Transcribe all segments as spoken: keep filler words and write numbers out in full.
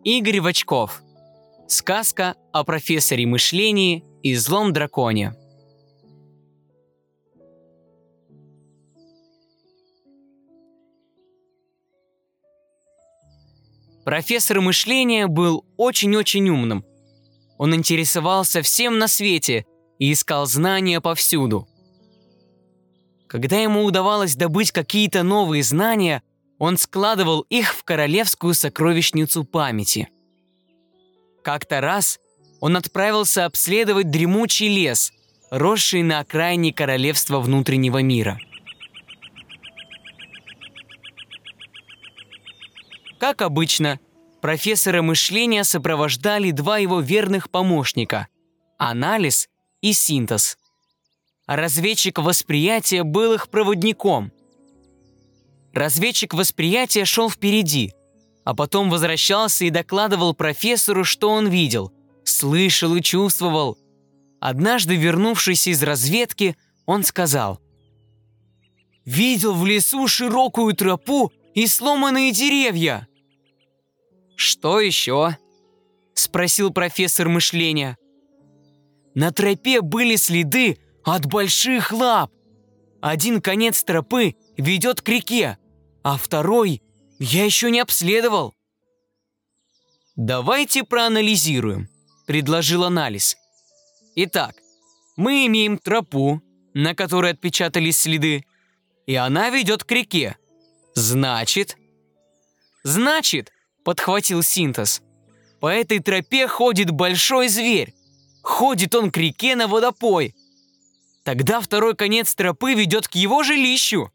Игорь Вачков. Сказка о профессоре мышления и злом драконе. Профессор мышления был очень-очень умным. Он интересовался всем на свете и искал знания повсюду. Когда ему удавалось добыть какие-то новые знания, он складывал их в королевскую сокровищницу памяти. Как-то раз он отправился обследовать дремучий лес, росший на окраине королевства внутреннего мира. Как обычно, профессора мышления сопровождали два его верных помощника – анализ и синтез. А разведчик восприятия был их проводником. Разведчик восприятия шел впереди, а потом возвращался и докладывал профессору, что он видел, слышал и чувствовал. Однажды, вернувшись из разведки, он сказал: «Видел в лесу широкую тропу и сломанные деревья». «Что еще?» – спросил профессор мышления. «На тропе были следы от больших лап. Один конец тропы ведет к реке, а второй я еще не обследовал». «Давайте проанализируем», – предложил анализ. «Итак, мы имеем тропу, на которой отпечатались следы, и она ведет к реке. Значит...» «Значит», – подхватил синтез, – «по этой тропе ходит большой зверь. Ходит он к реке на водопой. Тогда второй конец тропы ведет к его жилищу».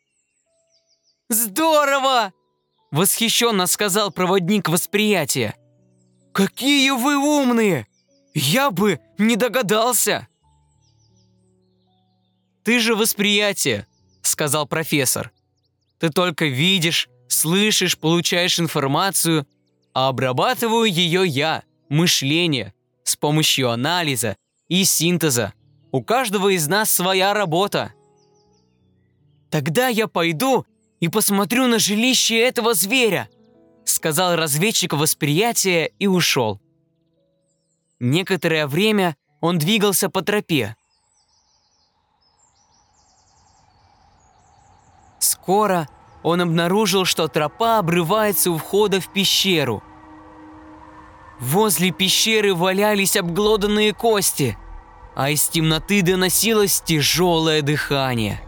«Здорово!» – восхищенно сказал проводник восприятия. «Какие вы умные! Я бы не догадался!» «Ты же восприятие», – сказал профессор. «Ты только видишь, слышишь, получаешь информацию, а обрабатываю ее я, мышление, с помощью анализа и синтеза. У каждого из нас своя работа». «Тогда я пойду и посмотрю на жилище этого зверя», — сказал разведчик восприятия и ушел. Некоторое время он двигался по тропе. Скоро он обнаружил, что тропа обрывается у входа в пещеру. Возле пещеры валялись обглоданные кости, а из темноты доносилось тяжелое дыхание.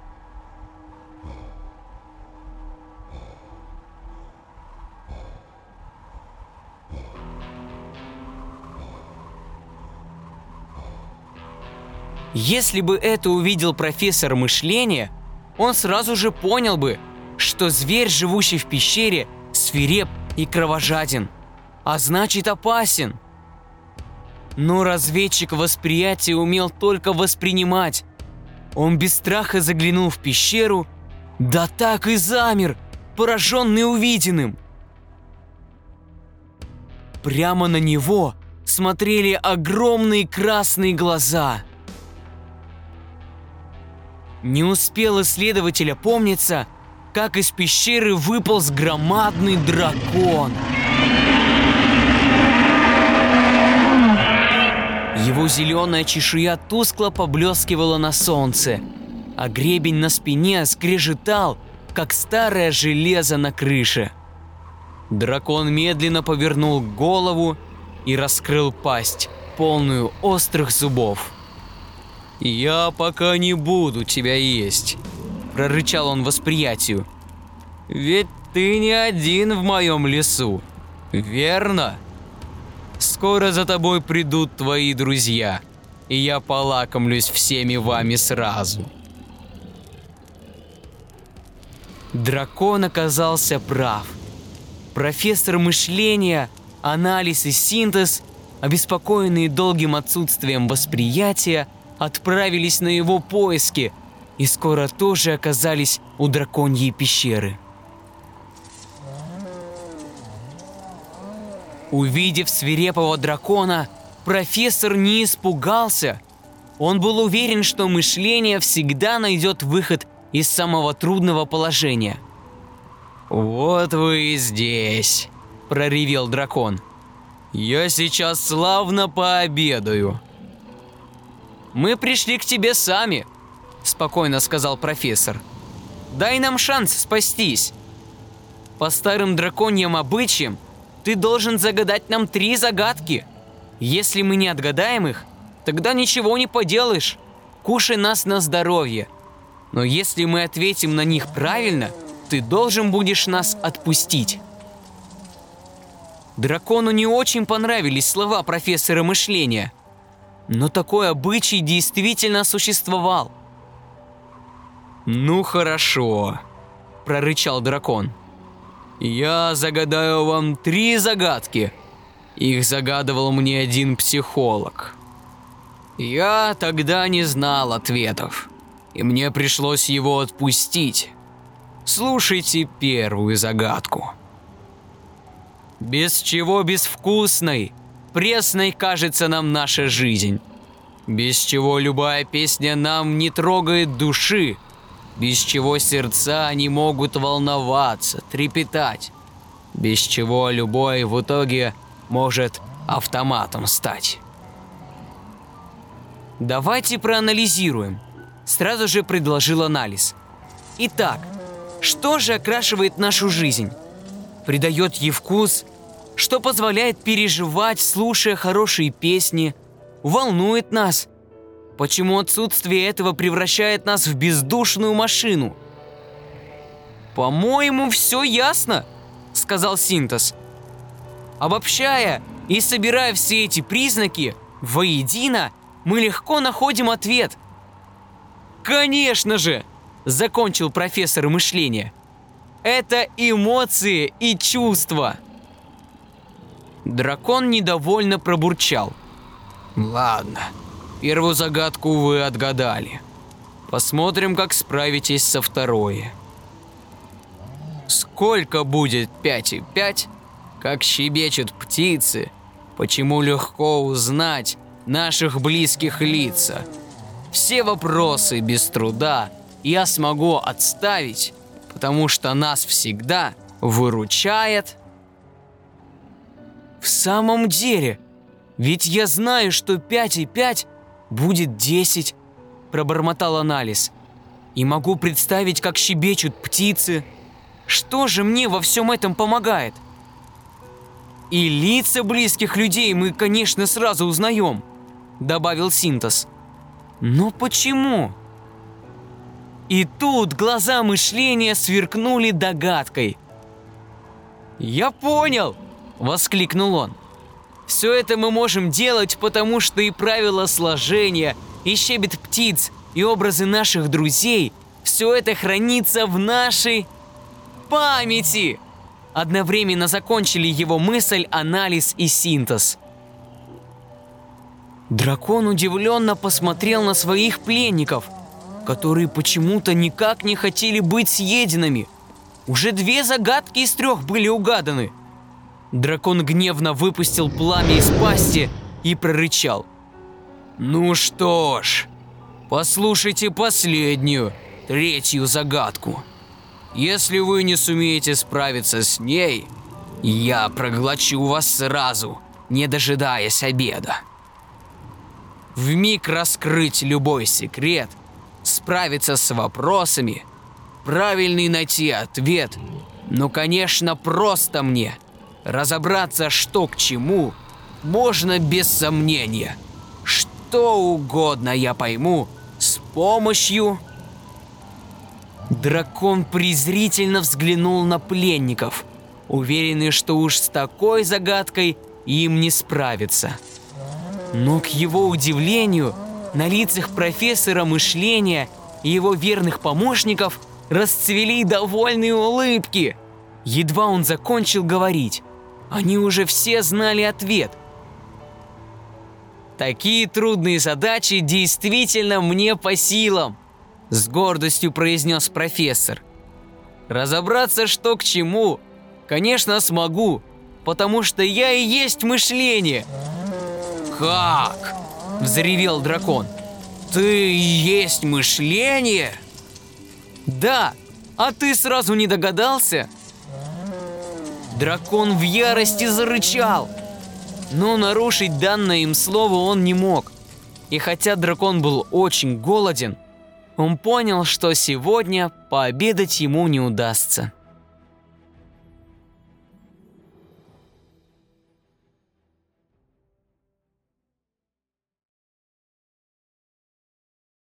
Если бы это увидел профессор мышления, он сразу же понял бы, что зверь, живущий в пещере, свиреп и кровожаден, а значит опасен. Но разведчик восприятия умел только воспринимать. Он без страха заглянул в пещеру, да так и замер, пораженный увиденным. Прямо на него смотрели огромные красные глаза. Не успел исследователь опомниться, как из пещеры выполз громадный дракон. Его зеленая чешуя тускло поблескивала на солнце, а гребень на спине скрежетал, как старое железо на крыше. Дракон медленно повернул голову и раскрыл пасть, полную острых зубов. «Я пока не буду тебя есть», – прорычал он восприятию. «Ведь ты не один в моем лесу, верно? Скоро за тобой придут твои друзья, и я полакомлюсь всеми вами сразу». Дракон оказался прав. Профессор мышления, анализ и синтез, обеспокоенные долгим отсутствием восприятия, отправились на его поиски и скоро тоже оказались у драконьей пещеры. Увидев свирепого дракона, профессор не испугался. Он был уверен, что мышление всегда найдет выход из самого трудного положения. «Вот вы и здесь», проревел дракон. «Я сейчас славно пообедаю». «Мы пришли к тебе сами», – спокойно сказал профессор. «Дай нам шанс спастись. По старым драконьим обычаям ты должен загадать нам три загадки. Если мы не отгадаем их, тогда ничего не поделаешь. Кушай нас на здоровье. Но если мы ответим на них правильно, ты должен будешь нас отпустить». Дракону не очень понравились слова профессора мышления, но такой обычай действительно существовал. «Ну хорошо», – прорычал дракон. «Я загадаю вам три загадки. Их загадывал мне один психолог. Я тогда не знал ответов, и мне пришлось его отпустить. Слушайте первую загадку. Без чего безвкусной, пресной кажется нам наша жизнь. Без чего любая песня нам не трогает души. Без чего сердца не могут волноваться, трепетать. Без чего любой в итоге может автоматом стать». «Давайте проанализируем», – сразу же предложил анализ. «Итак, что же окрашивает нашу жизнь? Придает ей вкус? Что позволяет переживать, слушая хорошие песни? Волнует нас? Почему отсутствие этого превращает нас в бездушную машину?» «По-моему, все ясно», – сказал Синтез. «Обобщая и собирая все эти признаки воедино, мы легко находим ответ». «Конечно же!» – закончил профессор мышления. «Это эмоции и чувства». Дракон недовольно пробурчал. «Ладно, первую загадку вы отгадали. Посмотрим, как справитесь со второй. Сколько будет пять и пять? Как щебечут птицы? Почему легко узнать наших близких лица? Все вопросы без труда я смогу отставить, потому что нас всегда выручает». «В самом деле, ведь я знаю, что пять и пять будет десять», – пробормотал анализ. «И могу представить, как щебечут птицы. Что же мне во всем этом помогает? И лица близких людей мы, конечно, сразу узнаем», – добавил Синтез. «Но почему?» И тут глаза мышления сверкнули догадкой. «Я понял!» – воскликнул он. «Все это мы можем делать, потому что и правила сложения, и щебет птиц, и образы наших друзей – все это хранится в нашей памяти!» Одновременно закончили его мысль анализ и Синтез. Дракон удивленно посмотрел на своих пленников, которые почему-то никак не хотели быть съеденными. Уже две загадки из трех были угаданы. Дракон гневно выпустил пламя из пасти и прорычал. «Ну что ж, послушайте последнюю, третью загадку. Если вы не сумеете справиться с ней, я проглочу вас сразу, не дожидаясь обеда. Вмиг раскрыть любой секрет, справиться с вопросами, правильный найти ответ, ну, конечно, просто мне. Разобраться, что к чему, можно без сомнения. Что угодно я пойму с помощью...» Дракон презрительно взглянул на пленников, уверенный, что уж с такой загадкой им не справиться. Но, к его удивлению, на лицах профессора мышления и его верных помощников расцвели довольные улыбки. Едва он закончил говорить, они уже все знали ответ. «Такие трудные задачи действительно мне по силам», – с гордостью произнес профессор. «Разобраться, что к чему, конечно, смогу, потому что я и есть мышление». «Как?» – взревел дракон. «Ты и есть мышление?» «Да, а ты сразу не догадался?» Дракон в ярости зарычал. Но нарушить данное им слово он не мог. И хотя дракон был очень голоден, он понял, что сегодня пообедать ему не удастся.